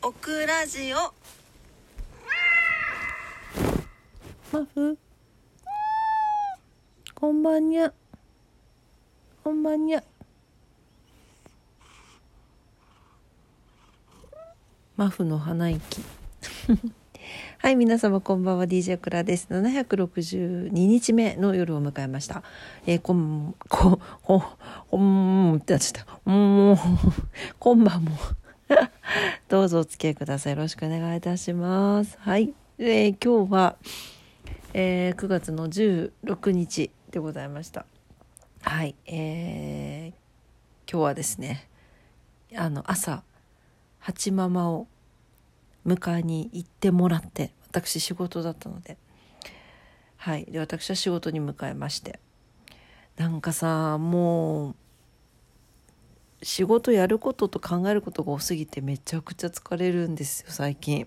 オクラジオ。 マフこんばんにゃこんばんにゃ。マフの鼻息はい、皆様こんばんは。 DJ オクラです。762日目の夜を迎えました。こんってなっちゃった。今晩もどうぞお付き合いください。よろしくお願いいたします。はい、今日は、9月の16日でございました。はい、今日はですね、朝ハチママを迎えに行ってもらって、私仕事だったので、はい、で私は仕事に向かいまして、なんかさ、もう仕事やることと考えることが多すぎてめちゃくちゃ疲れるんですよ最近。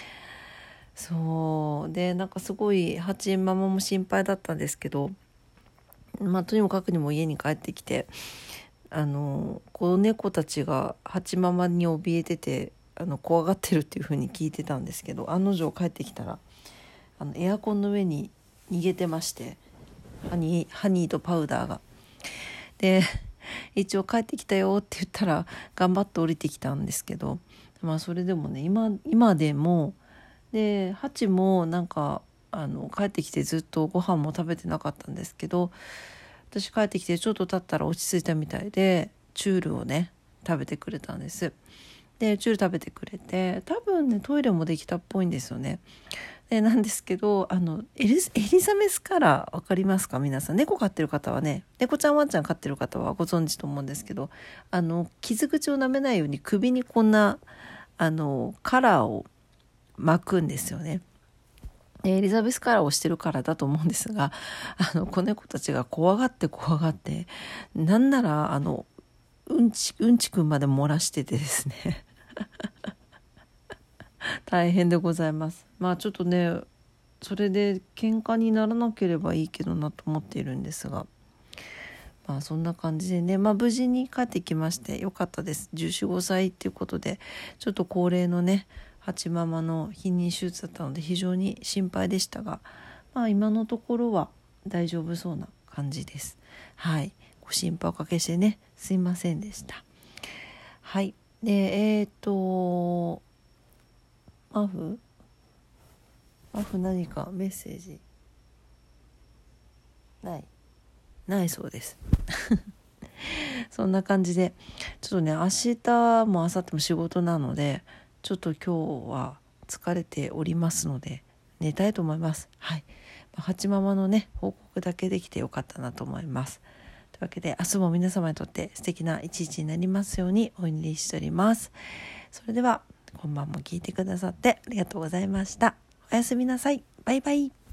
そうで、なんかすごいハチママも心配だったんですけど、とにもかくにも家に帰ってきて、子猫たちがハチママに怯えてて怖がってるっていう風に聞いてたんですけど、案の定帰ってきたらエアコンの上に逃げてまして、ハニーとパウダーが。で一応帰ってきたよって言ったら頑張って降りてきたんですけど、それでもね、今でもでハチもなんか帰ってきてずっとご飯も食べてなかったんですけど、私帰ってきてちょっと経ったら落ち着いたみたいでチュールをね食べてくれたんです。でチュール食べてくれて、多分ねトイレもできたっぽいんですよね。でなんですけどエリザベスカラー分かりますか皆さん。猫飼ってる方はね、猫ちゃんワンちゃん飼ってる方はご存知と思うんですけど、傷口を舐めないように首にこんなカラーを巻くんですよね。エリザベスカラーをしてるからだと思うんですが、子猫たちが怖がってなんならうんちくんまで漏らしててですね大変でございます。ちょっとね、それで喧嘩にならなければいいけどなと思っているんですが、そんな感じでね、無事に帰ってきましてよかったです。14、15歳っていうことでちょっと高齢のねハチママの避妊手術だったので非常に心配でしたが、今のところは大丈夫そうな感じです。はい、ご心配おかけしてねすいませんでした。はい、でマフ何かメッセージないそうですそんな感じでちょっとね、明日も明後日も仕事なのでちょっと今日は疲れておりますので寝たいと思います。はい、ハチママのね報告だけできてよかったなと思います。というわけで明日も皆様にとって素敵な一日になりますようにお祈りしております。それでは今晩も聞いてくださってありがとうございました。おやすみなさい。バイバイ。